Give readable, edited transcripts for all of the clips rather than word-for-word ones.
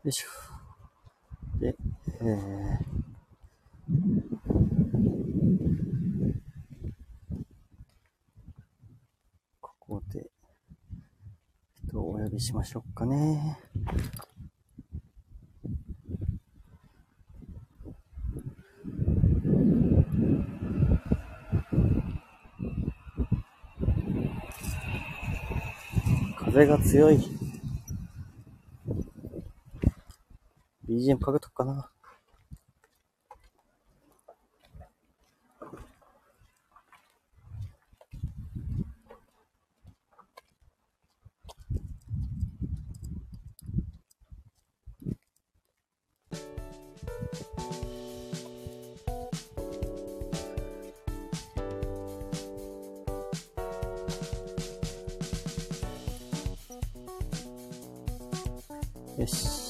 よいしょ。で、ここで人をお呼びしましょうかね。風が強い。BGM かけとくかな。よし。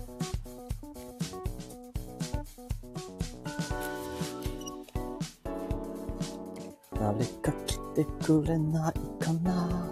誰か来てくれないかな。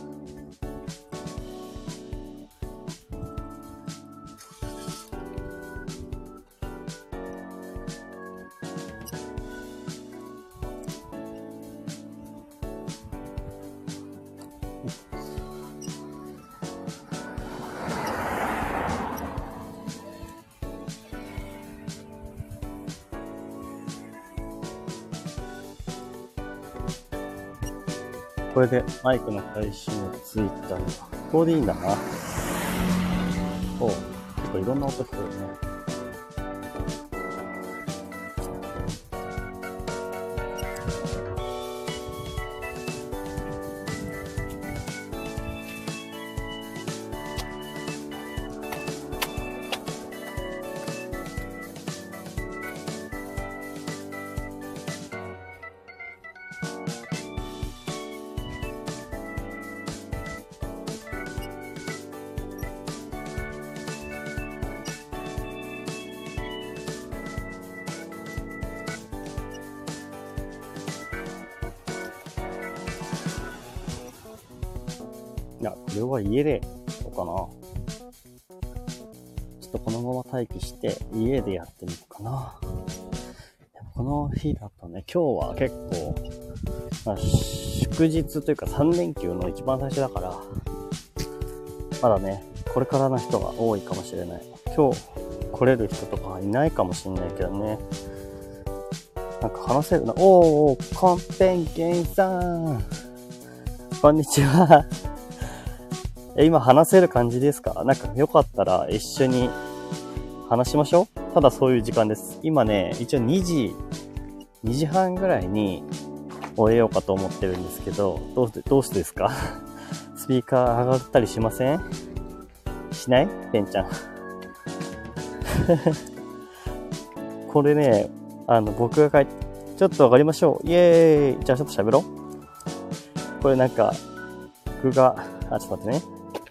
これでマイクの回収もついたの。ここでいいんだな。おう、結構いろんな音してるね。いや、これは家で、どうかな。ちょっとこのまま待機して、家でやってみようかな。この日だとね、今日は結構、祝日というか3連休の一番最初だから、まだね、これからの人が多いかもしれない。今日来れる人とかいないかもしれないけどね。なんか話せるな。おー、コンペンケンさん。こんにちは。今話せる感じですか？なんかよかったら一緒に話しましょう。ただそういう時間です。今ね、一応2時半ぐらいに終えようかと思ってるんですけど、どうしてですか？スピーカー上がったりしません？しない？ペンちゃん。これね、僕がちょっと上がりましょう。イエーイ。じゃあちょっと喋ろう。これなんか、僕が、ちょっと待ってね。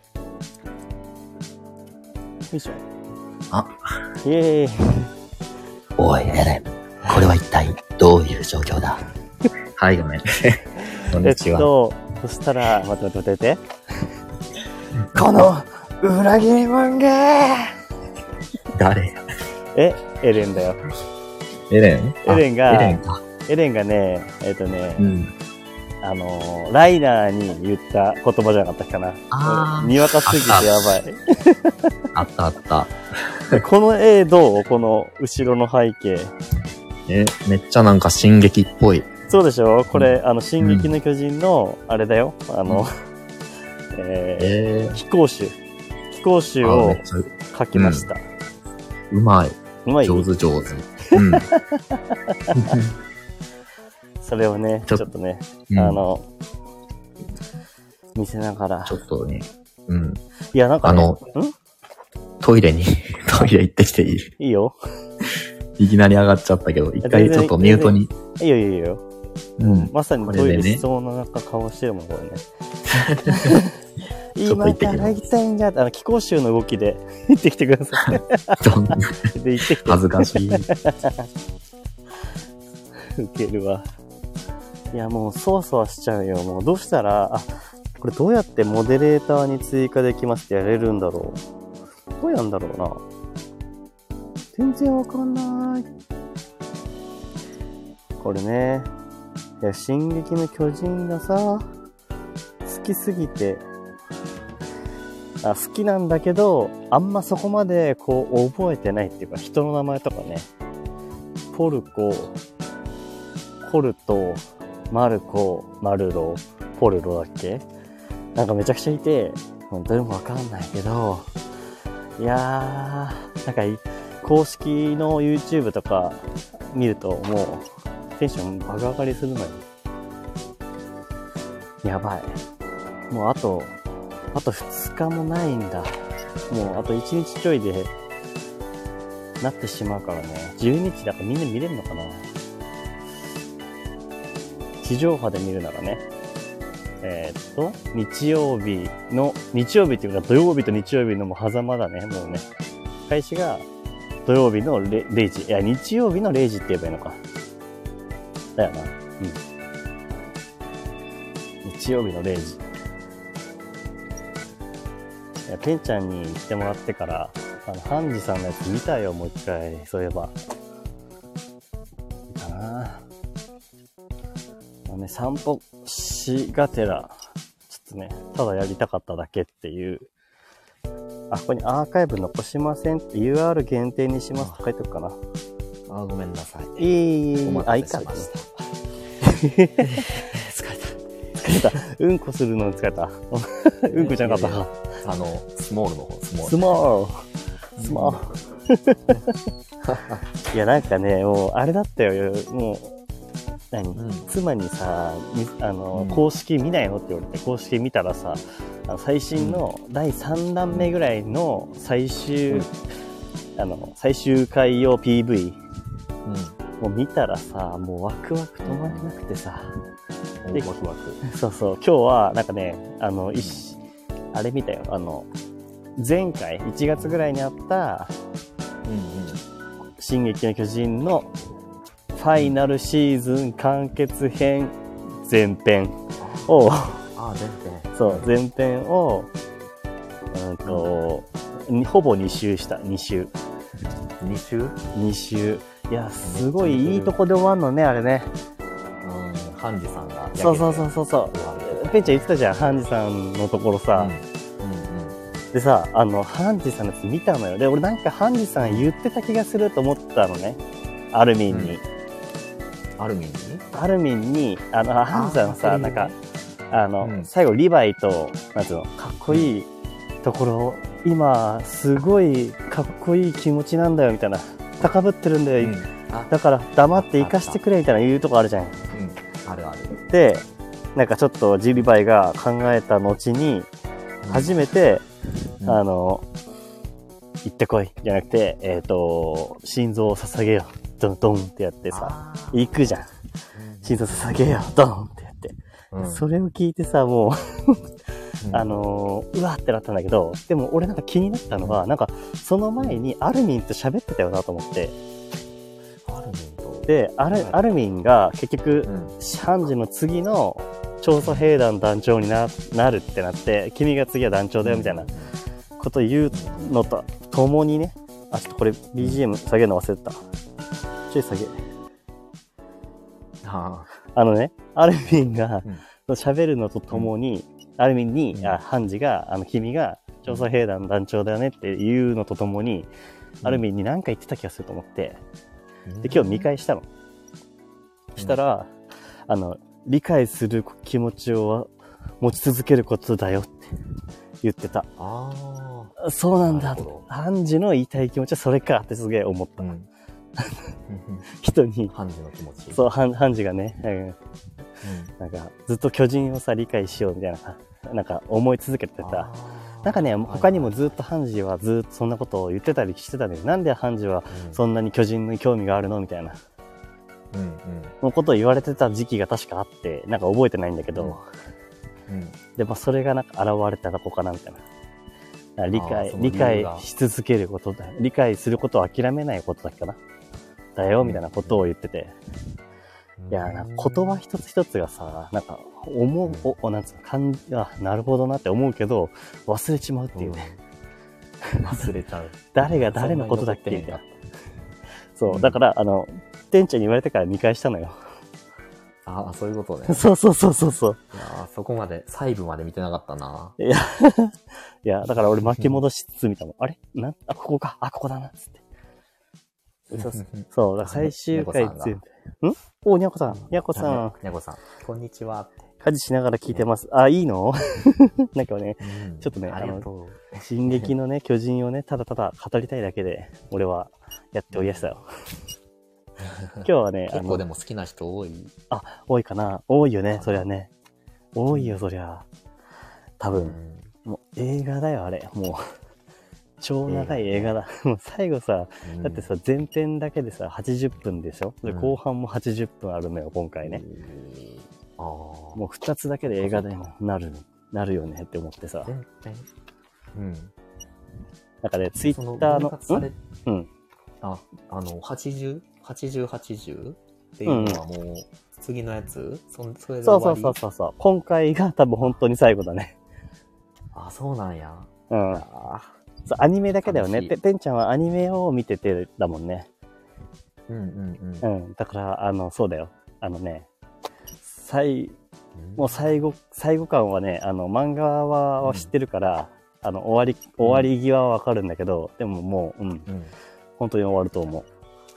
よいしょ。 あ、 イエーイ。 おい、エレン。これは一体どういう状況だ？はい、ごめん。こんにちは。 そしたら、待って。この、裏切り者が誰？ エレンだよ。 エレンがね、 うん。 ライナーに言った言葉じゃなかったかな。にわかすぎてやばい。 あった。 この絵どう？この後ろの背景。 めっちゃなんか進撃っぽい。 そうでしょ？これ、進撃の巨人の、あれだよ。飛行集を書きました。 うまい。上手。うん。 それをね、ちょっとね、見せながら。 ちょっとね、うん。 いや、なんかね、 トイレ行ってきていい？ いいよ。 いきなり上がっちゃったけど、一回ちょっとミュートに。 いいよ。 うん。 まさにトイレしそうな顔してるもん、これね。今から行きたいんじゃって、気候集の動きで行ってきてください。 どんな。 で、行ってきて。 恥ずかしい。 ウケるわ。いや、もう、そわそわしちゃうよ。もう、どうしたら、これどうやってモデレーターに追加できますってやれるんだろう。 こやんだろうな。全然わかんない。これね。いや、進撃の巨人がさ、好きすぎて、好きなんだけど、あんまそこまでこう覚えてないっていうか、人の名前とかね。ポルコ、コルト、マルコ、マルロ、ポルロだっけ？なんかめちゃくちゃいて、どれもわかんないけど、いやー、なんか公式の YouTube とか見るともうテンション爆上がりするのよ。やばい。もうあと2日もないんだ。もうあと1日ちょいでなってしまうからね。12日だからみんな見れるのかな？地上波で見るならね。日曜日っていうか土曜日と日曜日のもう狭間だね。もうね。開始が土曜日の0時。いや、日曜日の0時って言えばいいのか。だよな。うん。日曜日の0時。いや、ペンちゃんに言ってもらってから、ハンジさんのやつ見たよ、もう一回。そういえば。いいかな。散歩しがてら、ちょっとね、ただやりたかっただけっていう。ここにアーカイブ残しませんって UR 限定にしますって書いておくかな。 ごめんなさい。 お待たせしました。疲れた。うんこするのに疲れた。うんこじゃなかった。 スモールの方、 スモール。いや、なんかね、もう、あれだったよ。もう、妻にさ、公式見ないのって言われて、公式見たらさ、最新の第3弾目ぐらいの最終回用 PV、もう見たらさ、もうワクワク止まれなくてさ。 ワクワク。 そうそう、今日は、なんかね、あれ見たよ。前回、1月ぐらいにあった、進撃の巨人のファイナルシーズン完結編前編を、そう、前編を、ほぼ2周した、2周。2周。いや、すごいいいとこで終わんのね、あれね。 ハンジさんが。 そう。ペンちゃん言ってたじゃん、ハンジさんのところさ。でさ、ハンジさんのやつ見たのよ。で、俺なんかハンジさん言ってた気がすると思ったのね。アルミンに、ハンジさんさ、なんか、最後リヴァイと、なんていうの、かっこいいところ、今、すごいかっこいい気持ちなんだよ、みたいな。高ぶってるんだよ。だから黙って生かしてくれ、みたいな言うとこあるじゃん。 ある。 で、なんかちょっとリヴァイが考えた後に、初めて、行ってこい、じゃなくて、心臓を捧げよう。ドンドンってやってさ、行くじゃん。心臓捧げよう、ドンってやって。それを聞いてさ、もう、うわってなったんだけど、でも俺なんか気になったのは、なんか、その前にアルミンと喋ってたよなと思って。で、アルミンが結局、ハンジの次の調査兵団団長になるってなって、君が次は団長だよみたいなこと言うのと共にね、ちょっとこれ BGM 下げるの忘れてた。ちょい下げ。アルミンが喋るのと共に、アルミンに、ハンジが、君が調査兵団団長だよねっていうのと共に、アルミンに何か言ってた気がすると思って、で、今日見返したの。したら、理解する気持ちを持ち続けることだよって言ってた。そうなんだ。ハンジの言いたい気持ちはそれかってすげえ思った。人に。 ハンジの気持ち。 そう、ハンジがね、なんか、ずっと巨人をさ、理解しようみたいな、なんか思い続けてた。なんかね、他にもずっとハンジはずっとそんなことを言ってたりしてたんだよ。なんでハンジはそんなに巨人に興味があるのみたいな。のことを言われてた時期が確かあって、なんか覚えてないんだけど。で、それがなんか現れたとこかなみたいな。理解し続けることだ。理解することを諦めないことだっけかな。だよ、みたいなことを言ってて。いや、なんか言葉一つ一つがさ、なんかなんつうの、なるほどなって思うけど、忘れちまうっていうね。 忘れちゃう。 誰が誰のことだっけみたいな。そう、 うん、 だから、店長に言われてから見返したのよ。 ああ、そういうことね。 そうそうそうそうそう。 いやー、そこまで、細部まで見てなかったな。 いや、だから俺巻き戻しつつ見たもん。あれここか。ここだな。つって。そう、だから最終回全部。お、にゃこさん。にゃこさん。 にゃこさん。こんにちは。 家事しながら聞いてます。いいのなんかね、ちょっとね、進撃のね、巨人をね、ただただ語りたいだけで、俺はやっておりやしたよ。今日はね、 結構でも好きな人多い。 多いかな。多いよね、そりゃね。多いよ、そりゃ。多分、もう映画だよ、あれ。もう、超長い映画だ。もう最後さ、だってさ、前編だけでさ、80分でしょで、後半も80分あるのよ、今回ね。もう2つだけで映画でなるよねって思ってさ。なんかね、ツイッターの、 80、80っていうのはもう、次のやつそれでそう終わり。 そう。今回が多分本当に最後だね。 そうなんや。 そう、アニメだけだよね。ペンちゃんはアニメを見ててだもんね。だから、そうだよ。もう最後感はね、漫画は知ってるから、終わり際はわかるんだけど、でももう、本当に終わると思う。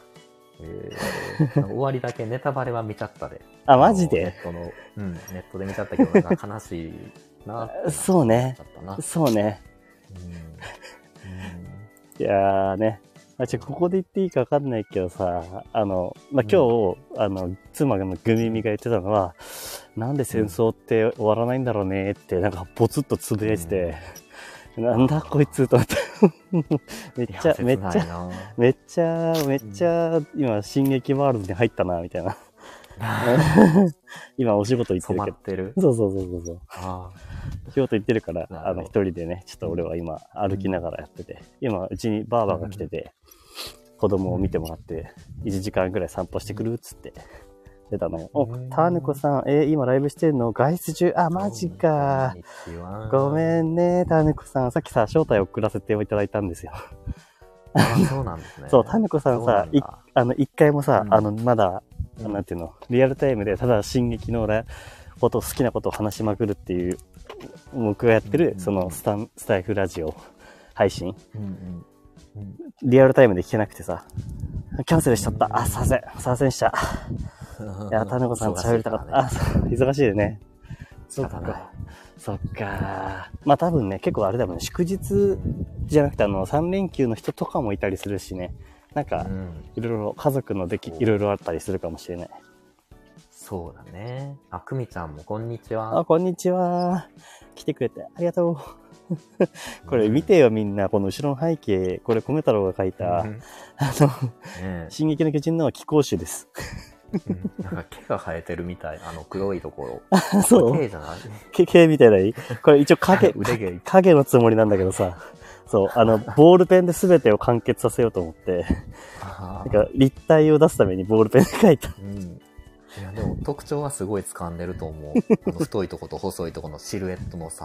終わりだけネタバレは見ちゃったで。 マジで？ ネットで見ちゃったけど、なんか悲しいな。 そうね。そうね。いやーね。ここで言っていいかわかんないけどさ、今日、妻のグミミが言ってたのは、なんで戦争って終わらないんだろうねって、なんかポツッとつぶやいてて、なんだこいつと思って。めっちゃ、今、進撃ワールドに入ったな、みたいな。今、お仕事行ってるけど。そう。仕事行ってるから、一人でね、ちょっと俺は今、歩きながらやってて、今、うちにバーバーが来てて、子供を見てもらって、1時間ぐらい散歩してくるっつって、出たのよ。タヌコさん、今ライブしてるの外出中？マジか。ごめんね、タヌコさん。さっきさ、招待送らせていただいたんですよ。 そうなんですね。 そう、タヌコさんさ、一回もさ、まだ、なんていうの、リアルタイムで、ただ進撃の好きなことを話しまくるっていう、僕がやってる、そのスタイフラジオ配信。リアルタイムで聞けなくてさ、キャンセルしちゃった。すいませんでした。いや、タヌコさんと喋りたかった。忙しいでね。そっか。多分ね、結構あれだもんね、祝日じゃなくて3連休の人とかもいたりするしね。なんか、いろいろ家族のいろいろあったりするかもしれない。 そうだね。くみちゃんもこんにちは。 こんにちは。来てくれてありがとう。これ見てよみんな、この後ろの背景、これ米太郎が書いた、進撃の巨人の貴公子です。 なんか毛が生えてるみたい、黒いところ。 そう。 毛じゃない？ 毛みたいなにこれ一応影のつもりなんだけどさ、そう、ボールペンで全てを完結させようと思って、なんか立体を出すためにボールペンで書いた。 いや、でも特徴はすごい掴んでると思う。太いとこと細いとこのシルエットのさ。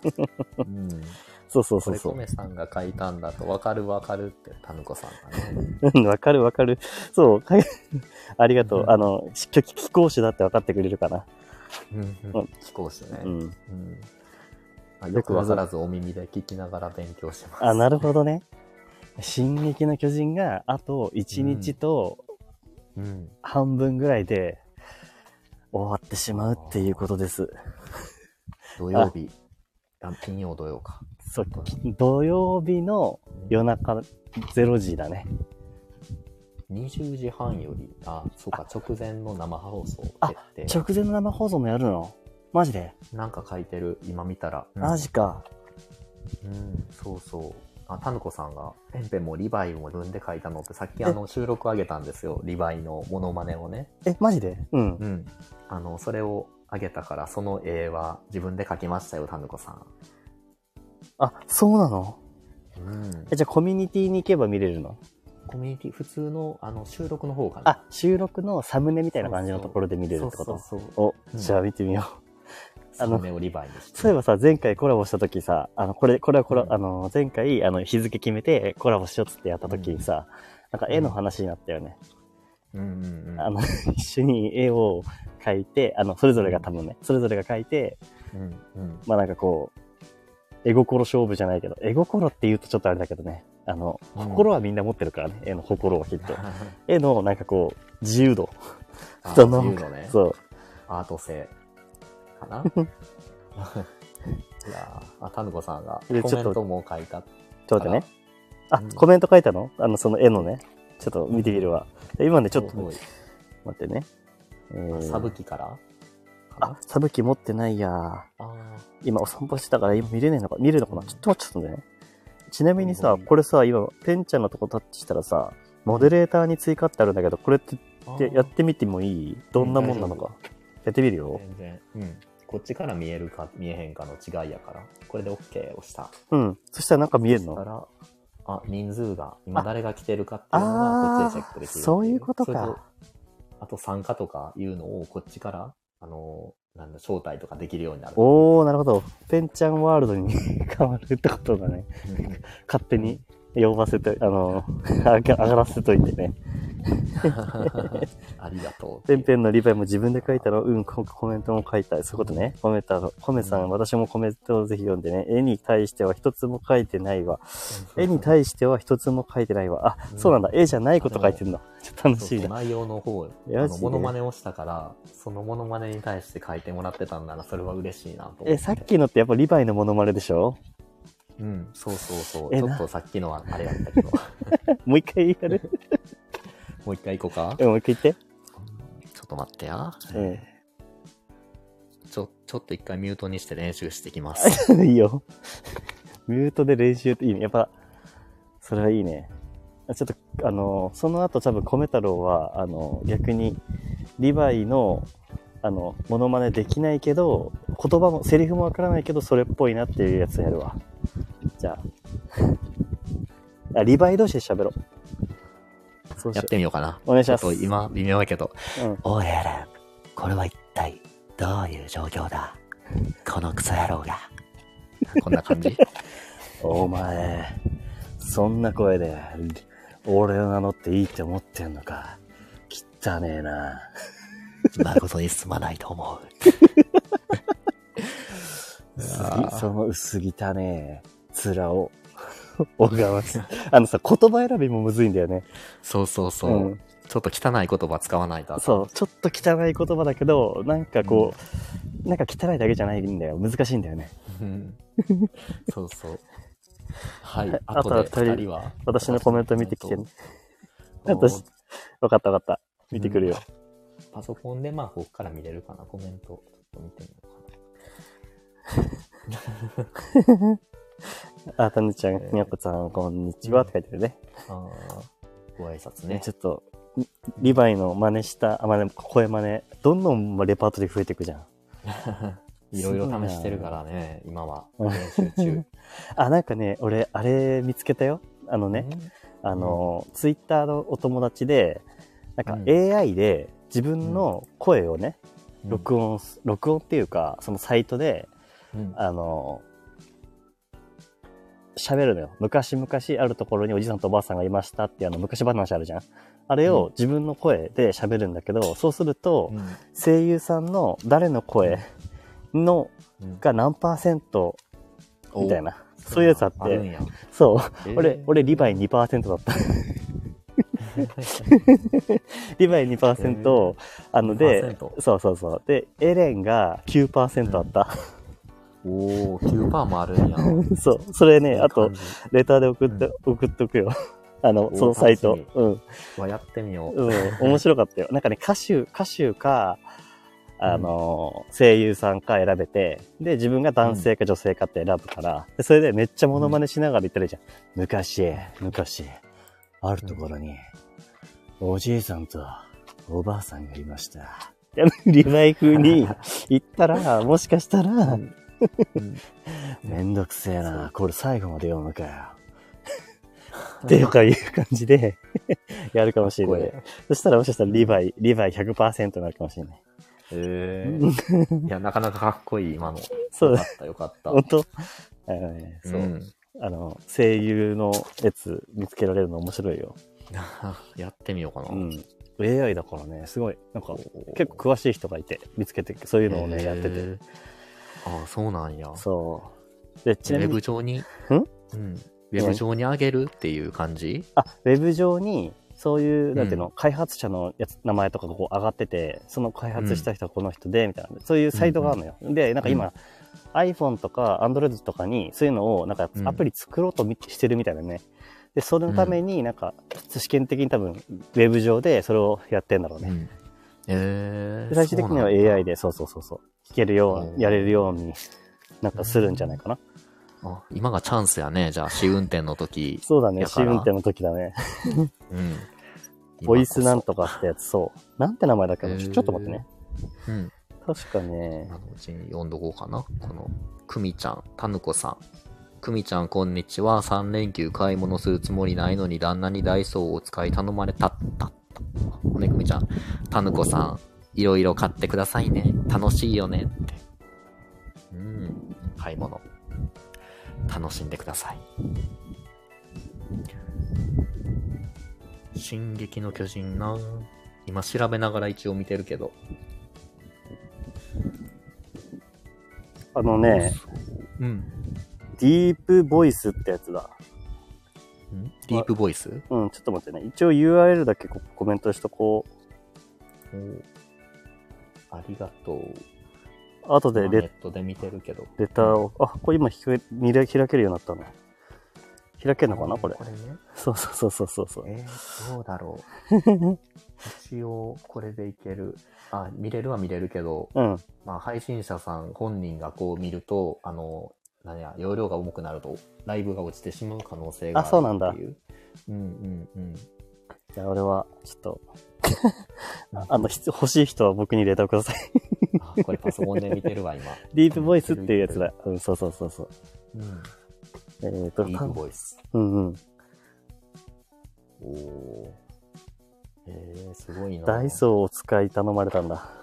そう。 これ、コメさんが書いたんだと、わかるって、タヌコさんがね。 わかる。そう、ありがとう。貴公子だって分かってくれるかな。 貴公子ね。よくわからずお耳で聞きながら勉強してます。 なるほどね。進撃の巨人があと1日と半分ぐらいで終わってしまうっていうことです。 土曜日。金曜土曜か。 そう、土曜日の夜中0時だね。 20時半より、そうか、直前の生放送決定。直前の生放送もやるの？マジで？ なんか書いてる、今見たら。 マジか。 そう。タヌコさんが、ペンペンもリヴァイも自分で書いたのって、さっき収録あげたんですよ。リヴァイのモノマネをね。 マジで？ それをあげたから、その絵は自分で描きましたよ、タヌコさん。 そうなの？じゃあコミュニティに行けば見れるの？ コミュニティ、普通の収録の方かな。収録のサムネみたいな感じのところで見れるってこと？そう。じゃあ見てみよう。 サムネをリヴァイにして。 そういえばさ、前回コラボした時さ、これは前回、日付決めてコラボしようっつってやった時にさ、なんか絵の話になったよね。一緒に絵を描いて、それぞれが多分ね、それぞれが描いて、まあなんかこう、絵心勝負じゃないけど、絵心って言うとちょっとあれだけどね、心はみんな持ってるからね、絵の心はきっと。絵のなんかこう、自由度。 自由度ね。 そう。 アート性。かな。いやタヌコさんがコメントも書いた。 ちょっとね。コメント書いたのその絵のね。ちょっと見てみるわ。今ね、ちょっと、待ってね。 サブキからサブキ持ってないや。今お散歩してたから今見れるのかなちょっとね。ちなみにさ、これさ、今、ペンちゃんのとこタッチしたらさ、モデレーターに追加ってあるんだけど、これってやってみてもいい？どんなもんなのか。やってみるよ。 全然。こっちから見えるか見えへんかの違いやから、これで OK をした。 そしたらなんか見えるの？ そしたら、人数が、今誰が来てるかっていうのがこっちでチェックできる。 そういうことか。 あと参加とかいうのをこっちから、招待とかできるようになる。 なるほど。ペンちゃんワールドに変わるってことだね。勝手に呼ばせて、上がらせといてね。 ありがとう。 ペンペンのリヴァイも自分で書いたの？コメントも書いた。そういうことね。コメさん、私もコメントをぜひ読んでね。絵に対しては一つも書いてないわ。絵に対しては一つも書いてないわ。そうなんだ。絵じゃないこと書いてるの。ちょっと楽しいな。 内容の方、モノマネをしたから、そのモノマネに対して書いてもらってたんなら、それは嬉しいなと思って。 さっきのってやっぱリヴァイのモノマネでしょ？ そう。ちょっとさっきのはあれやったけど。 もう一回やる？ もう一回行こうか。 もう一回言って。 ちょっと待ってや。ちょっと一回ミュートにして練習してきます。 いいよ。ミュートで練習っていいね。やっぱ、それはいいね。ちょっと、その後多分米太郎は、逆に、リヴァイの、モノマネできないけど、言葉も、セリフもわからないけど、それっぽいなっていうやつやるわ。じゃあ。リヴァイ同士で喋ろう。 やってみようかな。 お願いします。 ちょっと今、微妙やけど。 おいエレン、これは一体どういう状況だ？このクソ野郎が。 こんな感じ？ お前、そんな声で、俺を名乗っていいって思ってんのか。汚ねえな。 誠にすまないと思う。 その薄汚ねえ面を拝ます。さ、言葉選びもむずいんだよね。 そう。ちょっと汚い言葉使わないと。 そう、ちょっと汚い言葉だけど、なんかこう、なんか汚いだけじゃないんだよ。難しいんだよね。 そう。はい。あとで二人は私のコメント見てきてね。わかった。見てくるよ。 パソコンでこっから見れるかな、コメント。ちょっと見てみようかな。 たぬちゃん、みやこさん、こんにちはって書いてるね。 ご挨拶ね。 ちょっと、リヴァイの真似した、声真似、どんどんレパートリー増えていくじゃん。 いろいろ試してるからね、今は。練習中。 なんかね、俺、あれ見つけたよ。ツイッターのお友達で、なんか AI で自分の声をね、録音っていうか、そのサイトで、喋るのよ。昔々あるところにおじさんとおばあさんがいましたって昔話あるじゃん。あれを自分の声で喋るんだけど、そうすると、声優さんの誰の声が何%みたいな。そういうやつあって。そう。俺リヴァイ 2% だった。リヴァイ 2%、で、そう。で、エレンが 9% あった。 9% もあるんや。 そう。それね、あと、レターで送っておくよ。そのサイト。 やってみよう。 面白かったよ。なんかね、歌手か、声優さんか選べて、で、自分が男性か女性かって選ぶから、でそれでめっちゃモノマネしながら言ってるじゃん。昔、あるところに、おじいさんとおばあさんがいました。リヴァイ風に言ったら、もしかしたら、めんどくせえな、これ最後まで読むかよ。っていうかいう感じでやるかもしれない。そしたらもしかしたらリヴァイ 100% になるかもしれない。 いや、なかなかかっこいい、今の。 そうよかった、よかった。 本当そう、 ん、 声優のやつ見つけられるの面白いよ。 やってみようかな。 うん。AI だからね、すごい、なんか、結構詳しい人がいて、見つけて、そういうのをね、やってて。 ああ、そうなんや。 そう。で、ちなみに。 ウェブ上にうん。 ウェブ上に上げるっていう感じ？ ウェブ上に、そういう、なんていうの、開発者の名前とかがこう上がってて、その開発した人はこの人で、みたいな、そういうサイトがあるのよ。で、なんか今、iPhone とか Android とかに、そういうのを、なんかアプリ作ろうとしてるみたいなね。で、それのためになんか、試験的に多分、ウェブ上でそれをやってんだろうね。で最終的には AI で、そう、弾けるよう、やれるようになんかするんじゃないかな。 あ、今がチャンスやね。じゃあ、試運転の時。 そうだね、試運転の時だね。ボイスなんとかってやつ、そう。なんて名前だっけな、ちょっと待ってね。確かね。 今のうちに読んどこうかな。この、くみちゃん、たぬこさん。くみちゃん、こんにちは。3連休買い物するつもりないのに、旦那にダイソーを使い頼まれた。ね、くみちゃん。たぬこさん、いろいろ買ってくださいね。楽しいよねって。買い物。楽しんでください。進撃の巨人な。今調べながら一応見てるけど。 ディープボイスってやつだ。 ディープボイス？ ちょっと待ってね。一応 URL だけコメントしとこう。 ありがとう。 後でネットで見てるけど。 レターを、これ今開けるようになったの。開けるのかなこれ。 これね。 そう。 どうだろう。一応、これでいける。見れるは見れるけど、まあ、配信者さん本人がこう見ると、容量が重くなると、ライブが落ちてしまう可能性があるっていう。 そうなんだ。じゃあ、俺は、ちょっと、欲しい人は僕にレターください。 これパソコンで見てるわ、今。 ディープボイスっていうやつだ。そう。 ディープボイス。すごいな。 ダイソーを使い頼まれたんだ。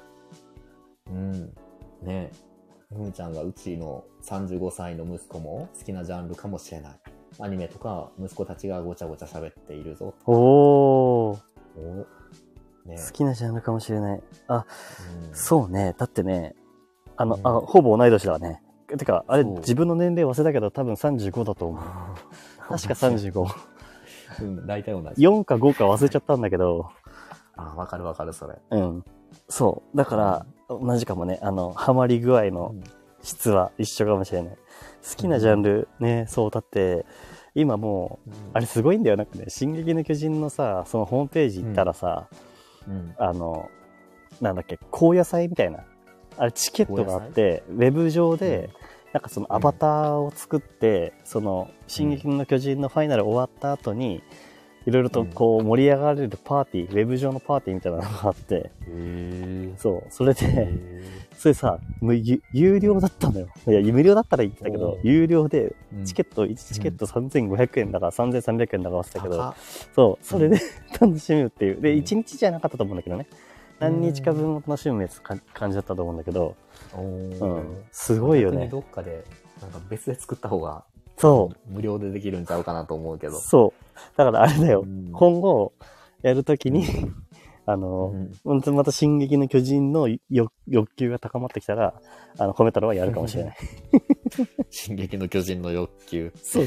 ねえ。ふーちゃんがうちの35歳の息子も好きなジャンルかもしれない。アニメとか息子たちがごちゃごちゃ喋っているぞ。ね、 好きなジャンルかもしれない。そうね。だってね、ほぼ同い年だね。てか、あれ、自分の年齢忘れたけど、多分35だと思う。確か35。 大体同じ。 4か5か忘れちゃったんだけど。 わかる、それ。 そう。だから、同じかもね。ハマり具合の質は一緒かもしれない。好きなジャンルね、そう。だって、今もう、あれすごいんだよ。なんかね、進撃の巨人のさ、そのホームページ行ったらさ、なんだっけ、高野菜みたいな。あれチケットがあって、ウェブ上で、なんかそのアバターを作って、その、進撃の巨人のファイナル終わった後に、いろいろとこう盛り上がれるパーティー、ウェブ上のパーティーみたいなのがあって、そう、それで、それさ、有料だったのよ。いや、無料だったら言ってたけど、有料で、1チケット3500円だから3300円だから忘れたけど、そう、それで楽しむっていう。で、1日じゃなかったと思うんだけどね。何日か分を楽しむ感じだったと思うんだけど、すごいよね。 逆にどっかで、なんか別で作った方が、 そう。 無料でできるんちゃうかなと思うけど。 そう。だからあれだよ。今後、やるときに、また進撃の巨人の欲求が高まってきたら、コメ太郎はやるかもしれない。 進撃の巨人の欲求。 そう。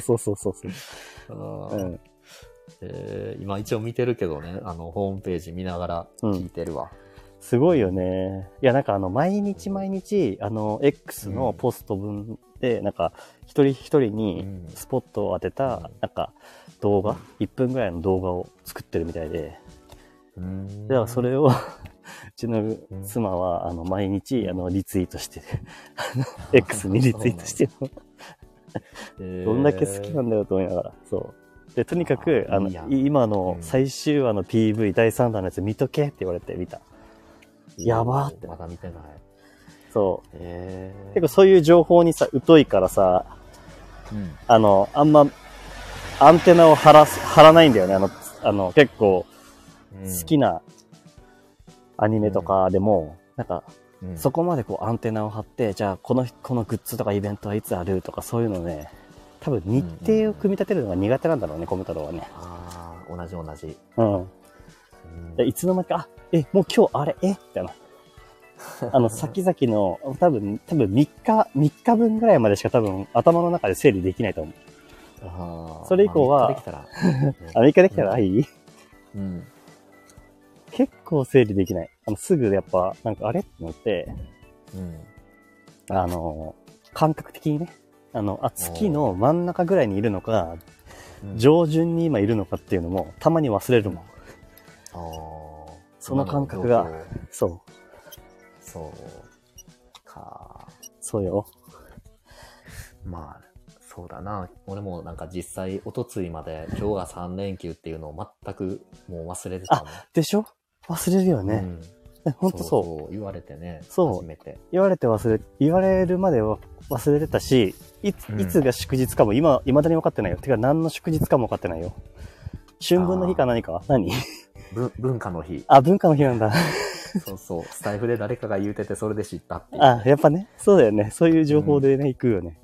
今一応見てるけどね、ホームページ見ながら聞いてるわ。 すごいよね。いや、なんか毎日、X のポスト分で、なんか、一人一人にスポットを当てた、なんか、動画、1分ぐらいの動画を作ってるみたいで、だからそれを、うちの妻は、毎日、リツイートしてる。X にリツイートしてる。どんだけ好きなんだよと思いながら、そう。で、とにかく、今の最終話の PV 第3弾のやつ見とけって言われて見た。やばーって。 まだ見てない。 そう。結構そういう情報にさ、疎いからさ、あんま、アンテナを張らないんだよね。結構、好きなアニメとかでも、なんか、 うんそこまでこうアンテナを張って、じゃあこのグッズとかイベントはいつあるとかそういうのね、多分日程を組み立てるのが苦手なんだろうね、コム太郎はね。 ああ、同じ。 うん。でいつの間にか、もう今日あれ、みたいな。先々の、多分3日分ぐらいまでしか多分頭の中で整理できないと思う。 ああ。 それ以降はまあ3日できたら。 3日できたらいい、 うん。 結構整理できない。すぐやっぱ、なんかあれって思って、 うん。 感覚的にね、月の真ん中ぐらいにいるのか、 うん上旬に今いるのかっていうのも、たまに忘れるもん。 ああ。 その感覚が今の状況そう。 そうか。 そうよ。 まあ、そうだな。俺もなんか実際、おとついまで今日が3連休っていうのを全くもう忘れてたもん。 でしょ忘れるよね。 うん。 ほんとそう。 言われてね。 そう初めて。 言われるまでは忘れてたし、いつが祝日かも未だに分かってないよ。てか何の祝日かも分かってないよ。春分の日か何か何文化の日。 あ、文化の日なんだ。 そう。スタイフで誰かが言うててそれで知ったっていう。 あ、やっぱね。そうだよね。そういう情報でね、行くよね。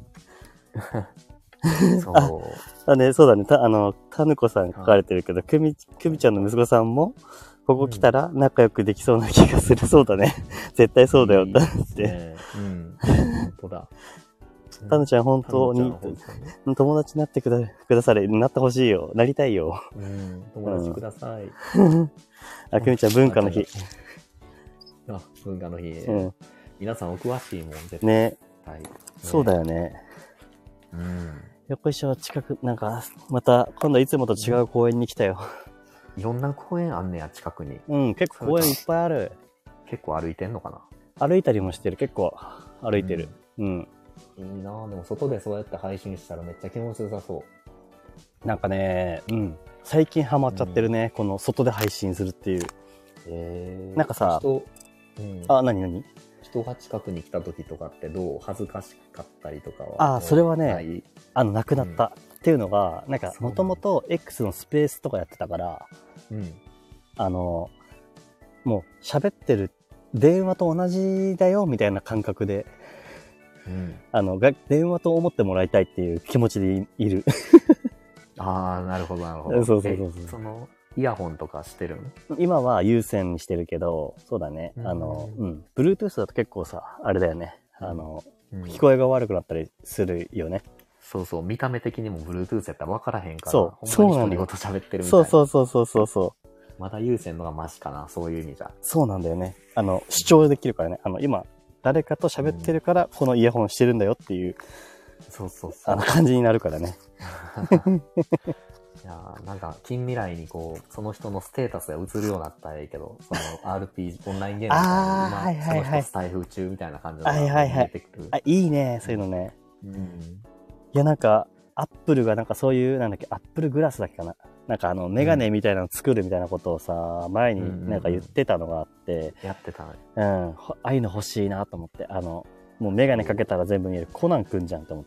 そう。 そうだね。たぬこさん書かれてるけど、くみちゃんの息子さんも、ここ来たら仲良くできそうな気がする。そうだね。絶対そうだよ。だって。 ね、うん。本当だ。 たぬちゃん本当にたぬちゃん本当に友達になってくだされ。なってほしいよ。なりたいよ。 うん。友達ください。 あ、くみちゃん文化の日。 あ、文化の日。 うん。 皆さんお詳しいもん、絶対。 ね。 はい。 そうだよね。 うん。 よっこいしょ、近く、なんか、また、今度いつもと違う公園に来たよ。 いろんな公園あんねや、近くに。 うん、結構公園いっぱいある。 結構歩いてんのか歩いたりもしてる。結構歩いてる。うん。 な。いいなぁ。でも外でそうやって配信したらめっちゃ気持ちよさそう。 なんかね、うん。最近ハマっちゃってるね。この外で配信するっていう。なんかさ何人が近くに来た時とかってどう恥ずかしかったりとかは？ それはね、 ないなくなった。っていうのが、なんか、もともと X のスペースとかやってたから、 うん。 もう喋ってる、電話と同じだよ、みたいな感覚で、 うん。 電話と思ってもらいたいっていう気持ちでいる。 ああ、なるほど、なるほど。 そう。 その、イヤホンとかしてるの？ 今は有線にしてるけど、そうだね。Bluetooth だと結構さ、あれだよね。聞こえが悪くなったりするよね。 そう。見た目的にも Bluetooth やったら分からへんから。 そう。 ほんまに独り言喋ってるみたいな。 そう。 まだ有線のがマシかな、そういう意味じゃ。 そうなんだよね。主張できるからね。今、誰かと喋ってるから、このイヤホンしてるんだよっていう、 そう。 感じになるからね。 いやなんか近未来にこうその人のステータスが映るようになったらいいけど、その RPG オンラインゲームみたいな今その人スタイフ中みたいな感じのが出てくる。 いいね、そういうのね。 うん。 いやなんかアップルがなんかそういうなんだっけ、アップルグラスだっけかな。なんかメガネみたいなの作るみたいなことをさ、前になんか言ってたのがあって、 やってたね。 ああいうの欲しいなと思って、もうメガネかけたら全部見えるコナンくんじゃんと思って。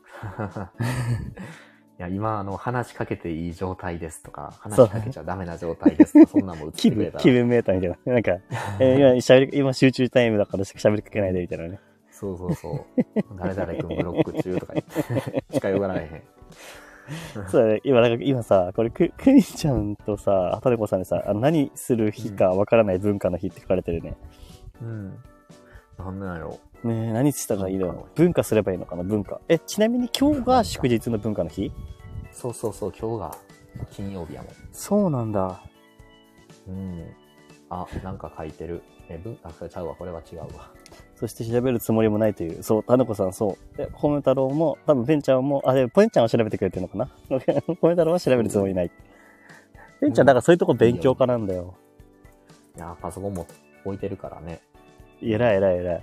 いや、今、話しかけていい状態ですとか、話しかけちゃダメな状態ですとか、そんなんも映ってくれたら。 気分メーターみたいな。なんか、今集中タイムだからしか喋りかけないでみたいなね。 そう。誰々くんブロック中とか言って、近寄られへん。 そうだね。今さ、これ、くみちゃんとさ、たねこさんでさ、何する日かわからない文化の日って書かれてるね。 うん。なんなんやろ。 ねえ、何したらいいの？文化すればいいのかな、文化。ちなみに今日が祝日の文化の日？ そう、今日が金曜日やもん。 そうなんだ。 うん。あ、なんか書いてる。それちゃうわ、これは違うわ。 そして調べるつもりもないという。そう、たねこさん、そう。で、ホメ太郎も、多分ペンちゃんも、ペンちゃんは調べてくれてるのかなホメ太郎は調べるつもりない。ペンちゃん、だからそういうとこ勉強家なんだよ。 いや、パソコンも置いてるからね。 偉い。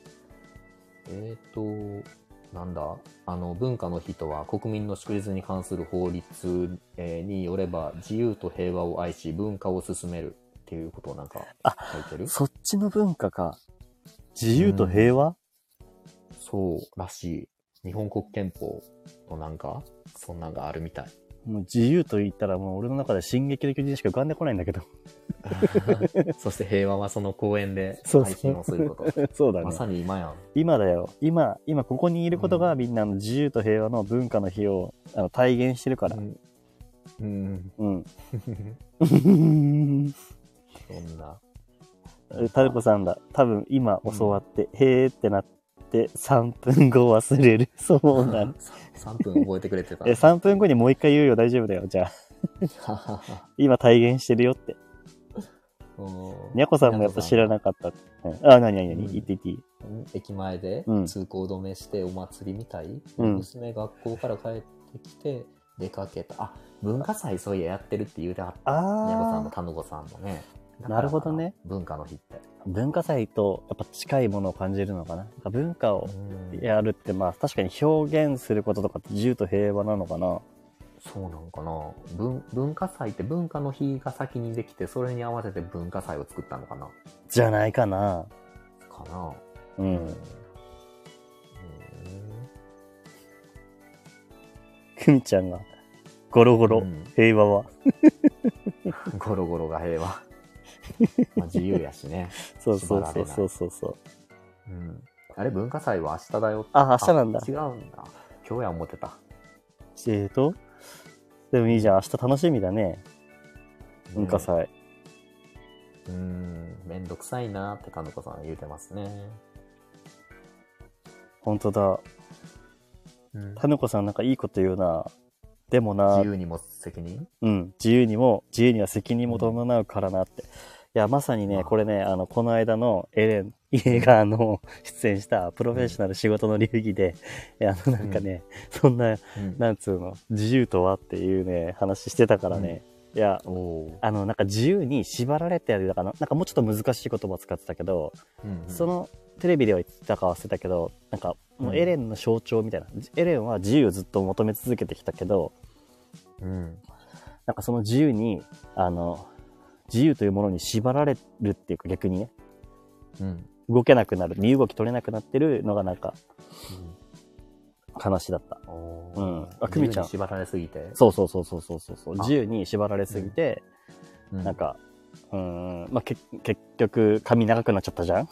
なんだ文化の日とは国民の祝日に関する法律、によれば自由と平和を愛し文化を進めるっていうことをなんか書いてる。 そっちの文化か。自由と平和？ そうらしい。日本国憲法のなんかそんなんがあるみたい。 もう自由と言ったらもう俺の中で進撃の巨人しか浮かんでこないんだけど。 そして平和はその公園でそう配信をすること。 そうだね。 まさに今やん。 今だよ。今ここにいることがみんなの自由と平和の文化の日を体現してるから。 うん。 うん。 そんな。 タルコさんだ。多分今教わって、へーってなって3分後忘れる。そうなの。 3分覚えてくれてた。 3分後にもう一回言うよ。大丈夫だよ。じゃあ。今体現してるよって。にゃこさんもやっぱ知らなかったって。あ、なに言って言っていい？ 駅前で通行止めしてお祭りみたい、娘学校から帰ってきて出かけた。あ、文化祭そういやってるって言うてはった。にゃこさんもたぬこさんもね。 なるほどね。 文化の日って。 文化祭とやっぱ近いものを感じるのかな。文化をやるってまあ確かに表現することとかって自由と平和なのかな。 そうなのかな。文化祭って文化の日が先にできて、それに合わせて文化祭を作ったのかな。 じゃないかな。 かな。 うん。くみちゃんがゴロゴロ、平和はゴロゴロが平和。まあ自由やしね。 そうそう。 うん。あれ文化祭は明日だよ。 あ、明日なんだ。 違うんだ。今日や思ってた。 でもいいじゃん。明日楽しみだね。文化祭。 めんどくさいなってかのこさん言うてますね。 ほんとだ。たぬこさんなんかいいこと言うな。でもな。 自由にも責任？ うん。自由には責任も伴うからなって。いや、まさにね、これね、この間のエレン、映画の出演したプロフェッショナル仕事の流儀で、なんかね、そんな、なんつうの、自由とはっていうね、話してたからね。いや、なんか自由に縛られてやるだから、なんかもうちょっと難しい言葉を使ってたけど、そのテレビでは言ってたか忘れたけど、なんかもうエレンの象徴みたいな、エレンは自由をずっと求め続けてきたけど、なんかその自由に、自由というものに縛られるっていうか逆にね、動けなくなる、身動き取れなくなってるのがなんか、話だった。あ、くみちゃん。 自由に縛られすぎて。 そう。自由に縛られすぎて、なんか、まあ、結局髪長くなっちゃったじゃん。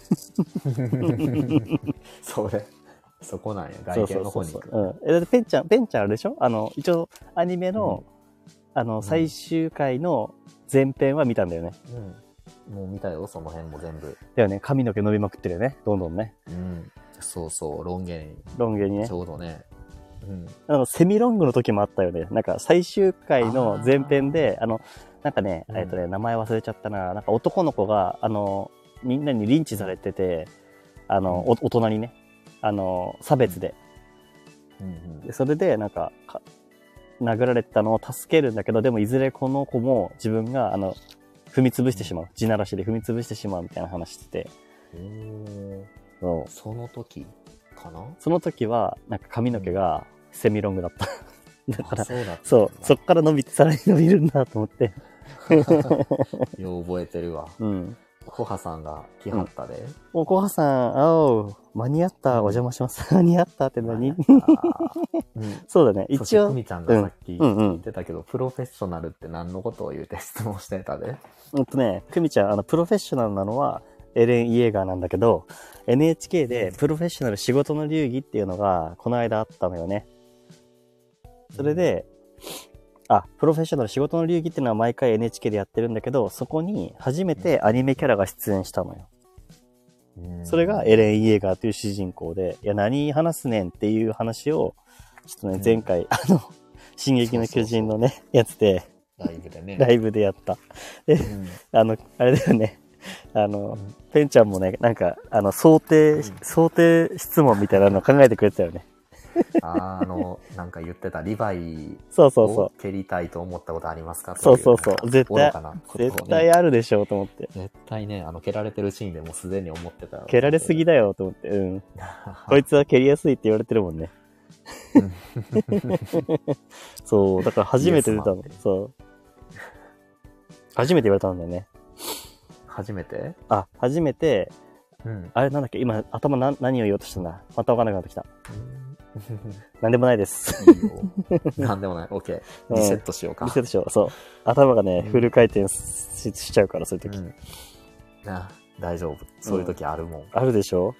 そこなんや。外見の方に行く。 だってペンちゃんあれでしょ？一応アニメの、最終回の前編は見たんだよね。 もう見たよ、その辺も全部。 だよね、髪の毛伸びまくってるよね、どんどんね。 そう、ロン毛にね。 ちょうどね。 セミロングの時もあったよね。なんか最終回の前編で、なんかね、名前忘れちゃったな。なんか男の子が、みんなにリンチされてて、大人にね、差別で。でそれで、なんか、殴られたのを助けるんだけど、でもいずれこの子も自分が、踏み潰してしまう。地ならしで踏み潰してしまうみたいな話してて。 その時かな？ その時は、なんか髪の毛がセミロングだった。だから、 そっから伸びてさらに伸びるんだと思って。 よう覚えてるわ。コハさんが来はったで。 コハさん、間に合った、お邪魔します。間に合ったって何？そうだね、一応。 くみちゃんがさっき言ってたけど、プロフェッショナルって何のことを言うて質問してたで。 くみちゃん、プロフェッショナルなのは、エレン・イエーガーなんだけど、NHK でプロフェッショナル仕事の流儀っていうのが、この間あったのよね。それで、プロフェッショナル仕事の流儀っていうのは毎回 NHK でやってるんだけど、そこに初めてアニメキャラが出演したのよ。それがエレン・イエーガーという主人公で、いや、何話すねんっていう話を、ちょっとね、前回、進撃の巨人のね、やつで、ライブでやった。で、あれだよね。ペンちゃんもね、なんか、想定質問みたいなのを考えてくれてたよね。 なんか言ってた、リヴァイを蹴りたいと思ったことありますか？ そう。絶対あるでしょうと思って。 絶対ね、蹴られてるシーンでもうすでに思ってた。 蹴られすぎだよと思って。こいつは蹴りやすいって言われてるもんね。そう、だから初めて出たの。そう。初めて言われたんだよね。 初めて、 あれなんだっけ今、頭何を言おうとしたんだ。また分かんなくなってきた。 なんでもないです。 いいよ。なんでもない。OK。 うんリセットしようか。 リセットしよう。そう。頭がね、フル回転しちゃうから、そういう時。 な大丈夫。そういう時あるもん。 あるでしょ？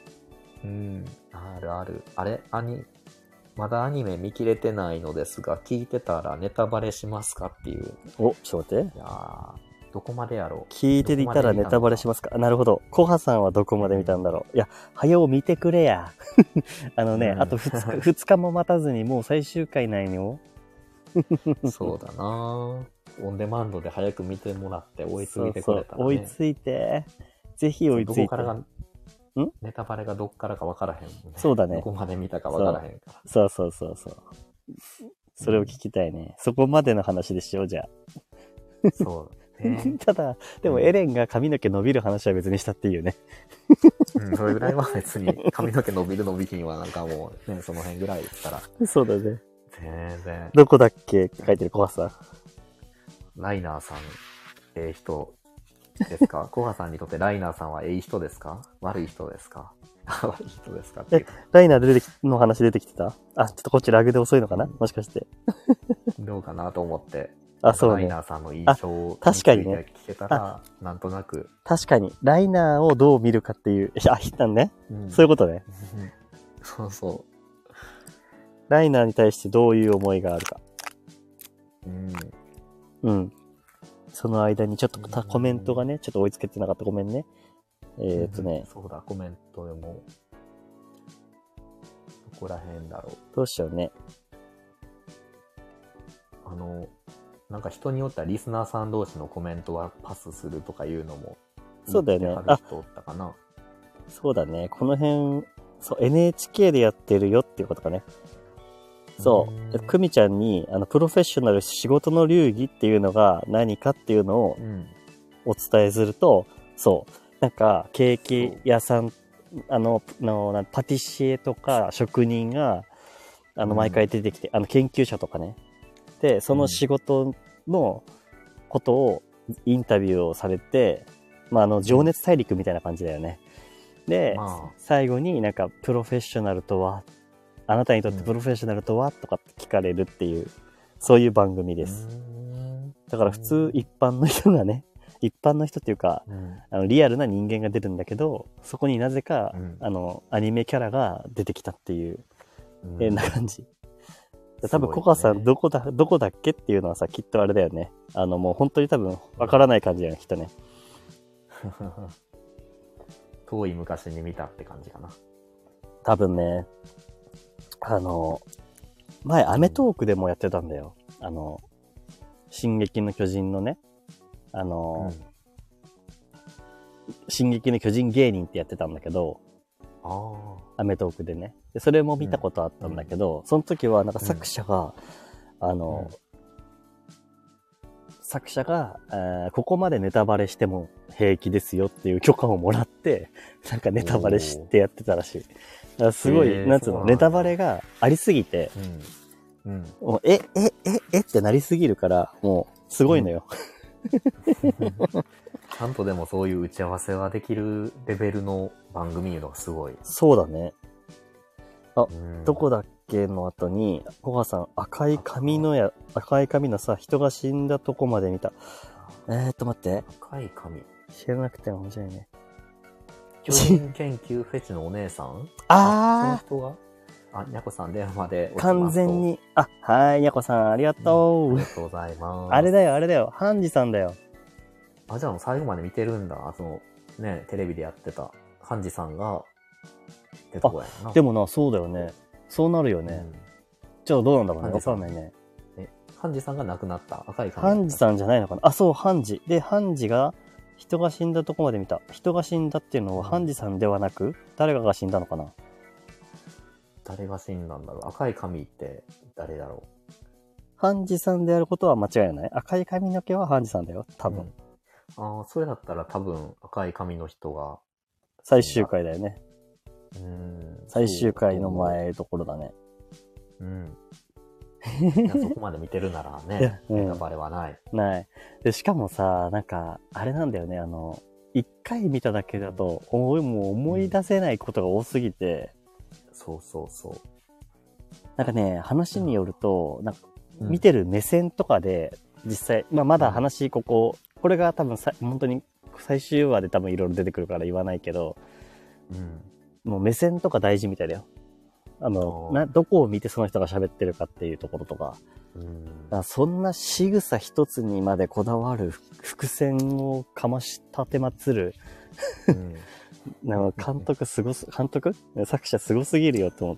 あるある。あれまだアニメ見切れてないのですが、聞いてたらネタバレしますかっていう。 お、ちょっと待って。 いやー、どこまでやろう。 聞いていたらネタバレしますか？なるほど。コハさんはどこまで見たんだろう。いや、早う見てくれや。あと2日も待たずにもう最終回ないよ。 そうだなオンデマンドで早く見てもらって追いついてくれたらね。 追いついて。ぜひ追いついて。 どこからが、ネタバレがどっからか分からへんもんね。 そうだね。 どこまで見たか分からへんから。 そう。それを聞きたいね。そこまでの話でしよう、じゃあ。 そう。ね、 ただ、でもエレンが髪の毛伸びる話は別にしたっていうね。 それぐらいは別に髪の毛伸びる伸びひんはなんかもうね、その辺ぐらいですから。 そうだね。 全然。 どこだっけって書いてる、コハさん。 ライナーさん、ええ人ですか？コハさんにとってライナーさんはええ人ですか？悪い人ですか？悪い人ですかっていう。 ライナーの話出てきてた？あ、ちょっとこっちラグで遅いのかな？もしかして。 どうかなと思って。 あ、そうね。 ライナーさんの印象を確かにね。 聞けたら、なんとなく。 確かに。ライナーをどう見るかっていう。なんね、そういうことね。 そうそう。 ライナーに対してどういう思いがあるか。その間にちょっとコメントがね、ちょっと追いつけてなかったごめんね。 そうだ、コメントでも。どこら辺だろう。 どうしようね。 なんか人によってはリスナーさん同士のコメントはパスするとかいうのも。 そうだよね。 人おったかな。 そうだね。この辺、そう、NHK でやってるよっていうことかね。そう。久美ちゃんに、プロフェッショナル仕事の流儀っていうのが何かっていうのをお伝えすると、そう。なんか、ケーキ屋さん、パティシエとか職人が、毎回出てきて、研究者とかね。で、その仕事のことをインタビューをされて、情熱大陸みたいな感じだよね。で、最後になんか、プロフェッショナルとは、あなたにとってプロフェッショナルとはとかって聞かれるっていう、そういう番組です。だから普通一般の人がね、一般の人っていうか、リアルな人間が出るんだけど、そこになぜか、アニメキャラが出てきたっていう、変な感じ。多分、コカさん、どこだっけっていうのはさ、きっとあれだよね。もう本当に多分、わからない感じだよね、きっとね。 遠い昔に見たって感じかな。 多分ね、前、アメトーークでもやってたんだよ。進撃の巨人のね、進撃の巨人芸人ってやってたんだけど、アメトーークでね。でそれも見たことあったんだけど、その時はなんか作者が、ここまでネタバレしても平気ですよっていう許可をもらって、なんかネタバレしてやってたらしい。だからすごい、なんつうの、ネタバレがありすぎて、もうってなりすぎるから、もう、すごいのよ。 ちゃんとでもそういう打ち合わせができるレベルの番組いうのがすごい。 そうだね。どこだっけの後に、コハさん、赤い髪のさ、人が死んだとこまで見た。待って。 赤い髪。 知らなくても面白いね。 巨人研究フェチのお姉さん？その人が？にゃこさん電話で。 完全に。はい、にゃこさん、ありがとう。 ありがとうございます。 あれだよ。ハンジさんだよ。 じゃあ最後まで見てるんだ。テレビでやってた、ハンジさんが、出てこやな。 でもな、そうだよね。そうなるよね。じゃあどうなんだろうね。わかんないね。 ハンジさんが亡くなった。赤い髪。 ハンジさんじゃないのかな。そう、ハンジ。で、ハンジが、人が死んだとこまで見た。人が死んだっていうのは、ハンジさんではなく、誰かが死んだのかな。 誰が死んだんだろう。赤い髪って誰だろう。 ハンジさんであることは間違いない。赤い髪の毛はハンジさんだよ、多分。 それだったら多分赤い髪の人が。 最終回だよね。最終回の前ところだね。 そこまで見てるならね、ネタバレはない。 ない。で、しかもさ、なんか、あれなんだよね、一回見ただけだと、もう思い出せないことが多すぎて。 そう。 なんかね、話によると、なんかうん見てる目線とかで、実際、まだ話これが多分本当に最終話で多分いろいろ出てくるから言わないけど、もう目線とか大事みたいだよ。どこを見てその人が喋ってるかっていうところとか。だからそんな仕草一つにまでこだわる伏線をかまし立てまつる。なんか作者すごすぎるよと思って。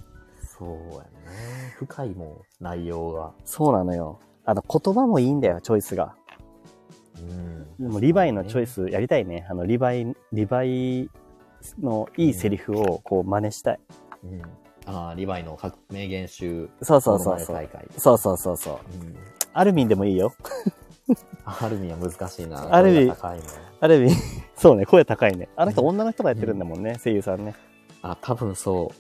そうやね。深いもん、内容が。 そうなのよ。言葉もいいんだよ、チョイスが。でもリヴァイのチョイスやりたいね。リヴァイのいいセリフをこう真似したい。 リヴァイの名言集。 そう。 大会。 そう。アルミンでもいいよ。 アルミンは難しいな。 アルミン、 高いね。 アルミン、そうね、声高いね。あの人女の人がやってるんだもんね、声優さんね。 多分そう。